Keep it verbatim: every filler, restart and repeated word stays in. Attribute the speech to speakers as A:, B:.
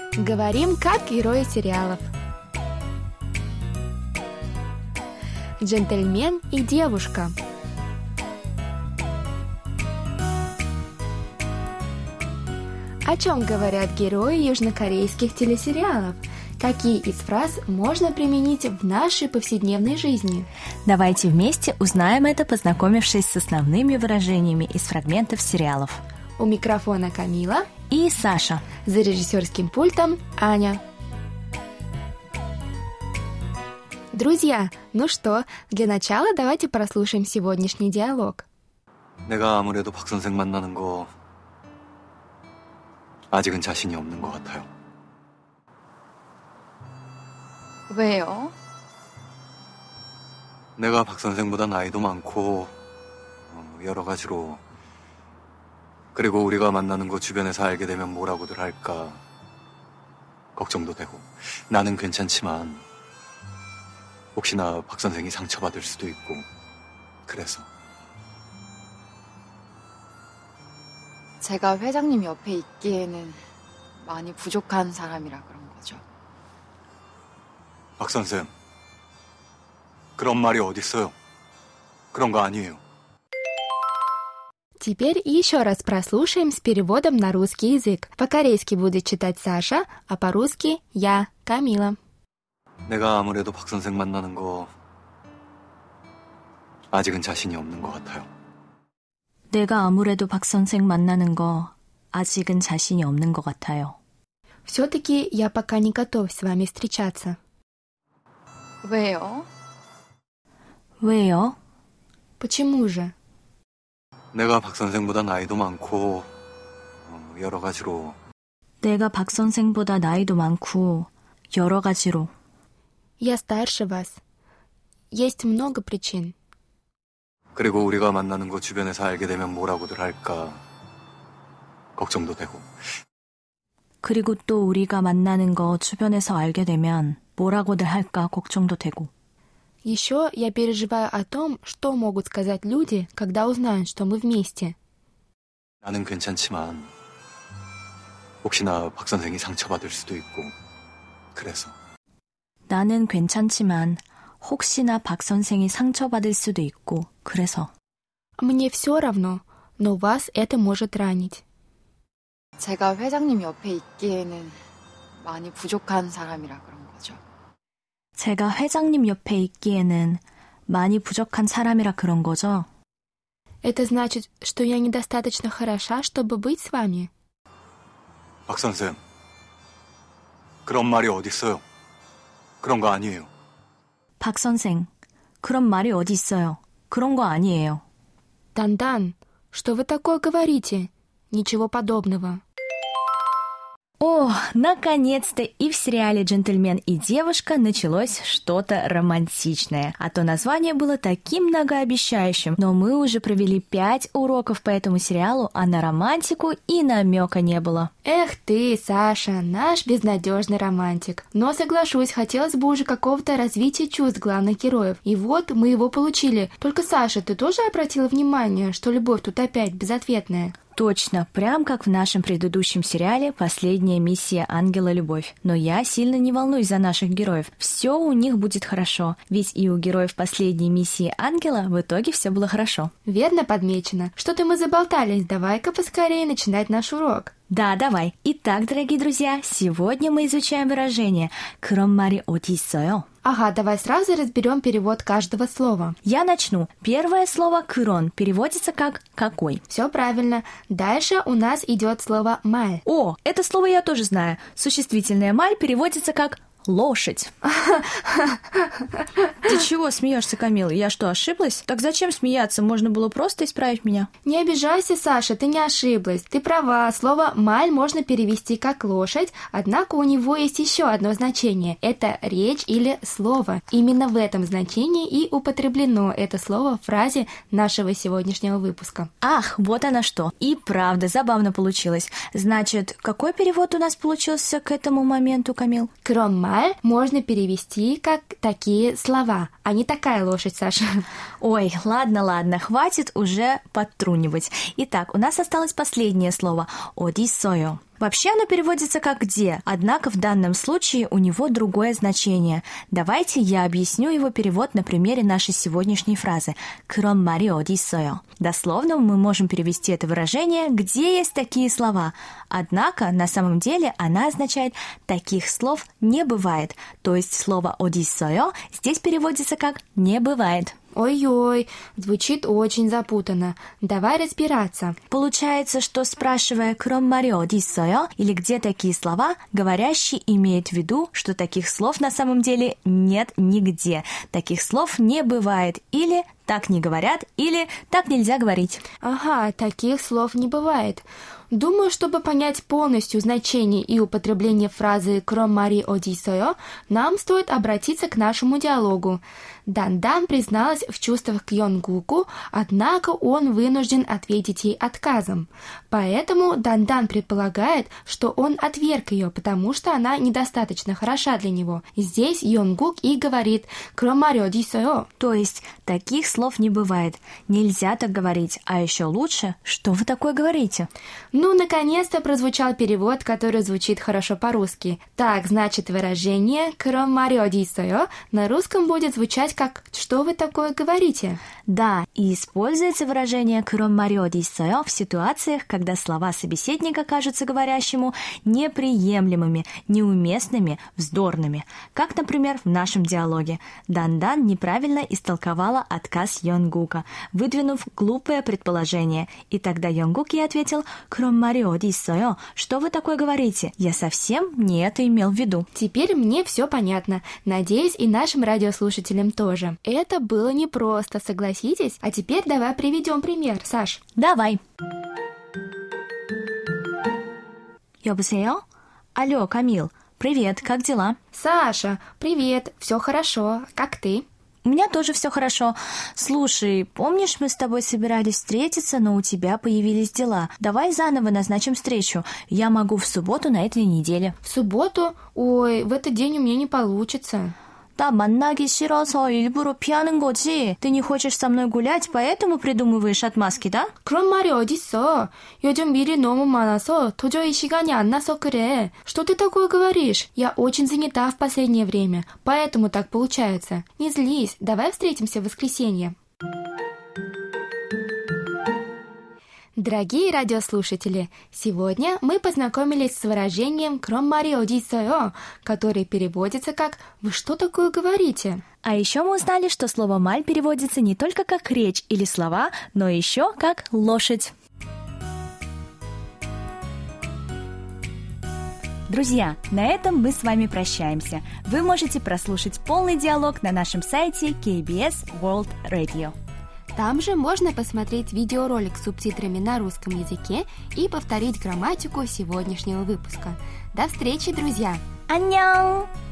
A: Говорим, как герои сериалов. Джентльмен и девушка. О чем говорят герои южнокорейских телесериалов? Какие из фраз можно применить в нашей повседневной жизни?
B: Давайте вместе узнаем это, познакомившись с основными выражениями из фрагментов сериалов.
A: У микрофона Камила
B: и Саша.
A: За режиссерским пультом Аня. Друзья, ну что, для начала давайте прослушаем сегодняшний диалог.
C: 내가 아무래도 박 선생 만나는 거 아직은 자신이 없는 것 같아요.
D: 왜요?
C: 내가 박 선생보다 나이도 많고 여러 가지로 그리고 우리가 만나는 거 주변에서 알게 되면 뭐라고들 할까 걱정도 되고 나는 괜찮지만 혹시나 박 선생이 상처받을 수도 있고 그래서
D: 제가 회장님 옆에 있기에는 많이 부족한 사람이라 그런 거죠.
C: 박 선생, 그런 말이 어딨어요? 그런 거 아니에요.
A: Теперь еще раз прослушаем с переводом на русский язык. По-корейски будет читать Саша, а по-русски я, Камила.
C: 내가 아무래도 박 선생 만나는 거 아직은 자신이 없는 것 같아요.
B: 내가 아무래도 박 선생 만나는 거 아직은 자신이 없는 것 같아요.
A: Все-таки я пока не готов с вами встречаться.
D: 왜요?
B: 왜요?
A: Почему же?
C: 내가 박 선생보다 나이도 많고 여러 가지로
B: 내가 박 선생보다 나이도 많고 여러 가지로
A: Я старше вас. Есть много причин.
C: 그리고 우리가 만나는 거 주변에서 알게 되면 뭐라고들 할까 걱정도 되고
B: 그리고 또 우리가 만나는 거 주변에서 알게 되면 뭐라고들 할까 걱정도 되고
A: Еще я переживаю о том, что могут сказать люди, когда узнают, что мы вместе.
C: 나는 괜찮지만 혹시나 박 선생이 상처받을 수도 있고 그래서
B: 나는 괜찮지만 혹시나 박 선생이 상처받을 수도 있고 그래서
A: Мне все равно, но вас это может ранить.
D: 제가 회장님 옆에 있기에는 많이 부족한 사람이라 그런 거죠.
B: 제가 회장님 옆에 있기에는 많이 부족한 사람이라 그런 거죠.
A: Это значит, что я недостаточно хороша, чтобы быть с вами.
C: 박 선생, 그런 말이 어딨어요? 그런 거 아니에요.
B: 박 선생, 그런 말이 어디 있어요? 그런 거 아니에요.
A: Дандан, что вы такое говорите? Ничего подобного.
B: О, наконец-то и в сериале «Джентльмен и девушка» началось что-то романтичное. А то название было таким многообещающим, но мы уже провели пять уроков по этому сериалу, а на романтику и намека не было.
A: Эх ты, Саша, наш безнадежный романтик. Но соглашусь, хотелось бы уже какого-то развития чувств главных героев. И вот мы его получили. Только, Саша, ты тоже обратила внимание, что любовь тут опять безответная?
B: Точно, прям как в нашем предыдущем сериале «Последняя миссия ангела. Любовь». Но я сильно не волнуюсь за наших героев. Все у них будет хорошо, ведь и у героев «Последней миссии ангела» в итоге все было хорошо.
A: Верно подмечено. Что-то мы заболтались, давай-ка поскорее начинать наш урок.
B: Да, давай. Итак, дорогие друзья, сегодня мы изучаем выражение «그런 말이 어디 있어요?».
A: Ага, давай сразу разберем перевод каждого слова.
B: Я начну. Первое слово «кырон» переводится как «какой».
A: Все правильно. Дальше у нас идет слово «маль».
B: О, это слово я тоже знаю. Существительное «маль» переводится как лошадь. Ты чего смеешься, Камила? Я что, ошиблась? Так зачем смеяться? Можно было просто исправить меня.
A: Не обижайся, Саша, ты не ошиблась. Ты права, слово «маль» можно перевести как «лошадь», однако у него есть еще одно значение. Это речь или слово. Именно в этом значении и употреблено это слово в фразе нашего сегодняшнего выпуска.
B: Ах, вот оно что. И правда, забавно получилось. Значит, какой перевод у нас получился к этому моменту, Камил?
A: «Крон маль» можно перевести как такие слова, а не такая лошадь, Саша.
B: Ой, ладно, ладно, хватит уже подтрунивать. Итак, у нас осталось последнее слово «어디 있어요». Вообще оно переводится как «где», однако в данном случае у него другое значение. Давайте я объясню его перевод на примере нашей сегодняшней фразы «그런 말이 어디 있어요?». Дословно мы можем перевести это выражение «где есть такие слова?». Однако на самом деле она означает «таких слов не бывает», то есть слово «어디 있어요» здесь переводится как «не бывает».
A: Ой-ой, звучит очень запутанно. Давай разбираться.
B: Получается, что спрашивая «그런 말이 어디 있어요?» или «где такие слова?», говорящий имеет в виду, что таких слов на самом деле нет нигде. Таких слов не бывает или «так не говорят» или «так нельзя говорить».
A: Ага, таких слов не бывает. Думаю, чтобы понять полностью значение и употребление фразы «그런 말이 어디 있어요?», нам стоит обратиться к нашему диалогу. Дандан призналась в чувствах к Йонгуку, однако он вынужден ответить ей отказом. Поэтому Дандан предполагает, что он отверг ее, потому что она недостаточно хороша для него. Здесь Йонгук и говорит «그런 말이 어디 있어요?».
B: То есть таких слов не бывает. Нельзя так говорить. А еще лучше, что вы такое говорите?
A: Ну, наконец-то прозвучал перевод, который звучит хорошо по-русски. Так, значит, выражение «그런 말이 어디 있어요?» на русском будет звучать как «что вы такое говорите?».
B: Да, и используется выражение «그런 말이 어디 있어요?» в ситуациях, когда слова собеседника кажутся говорящему неприемлемыми, неуместными, вздорными. Как, например, в нашем диалоге. Дандан неправильно истолковала отказ Йонгука, выдвинув глупое предположение. И тогда Йонгук ей ответил «그런 말이 어디 있어요?» Что вы такое говорите? Я совсем не это имел в виду.
A: Теперь мне все понятно. Надеюсь, и нашим радиослушателям тоже. Это было непросто, согласитесь? А теперь давай приведем пример, Саш.
B: Давай. 여보세요? Алло, Камил. Привет, как дела?
A: Саша, привет, все хорошо. Как ты?
B: У меня тоже все хорошо. Слушай, помнишь, мы с тобой собирались встретиться, но у тебя появились дела. Давай заново назначим встречу. Я могу в субботу на этой неделе.
A: В субботу? Ой, в этот день у меня не получится.
B: 나 만나기 싫어서 일부러 피하는 거지. Ты не хочешь со мной гулять, поэтому придумываешь отмазки, да?
A: 그런 말이 어딨어. 요즘 일이 너무 많아서 도저히 시간이 안 나서 그래. Что ты такое говоришь? Я очень занята в последнее время, поэтому так получается. Не злись, давай встретимся в воскресенье. Дорогие радиослушатели, сегодня мы познакомились с выражением «그런 말이 어디 있어요?», которое переводится как «Вы что такое говорите?».
B: А еще мы узнали, что слово «маль» переводится не только как речь или слова, но еще как лошадь. Друзья, на этом мы с вами прощаемся. Вы можете прослушать полный диалог на нашем сайте кей би эс World Radio.
A: Там же можно посмотреть видеоролик с субтитрами на русском языке и повторить грамматику сегодняшнего выпуска. До встречи, друзья!
B: 안녕!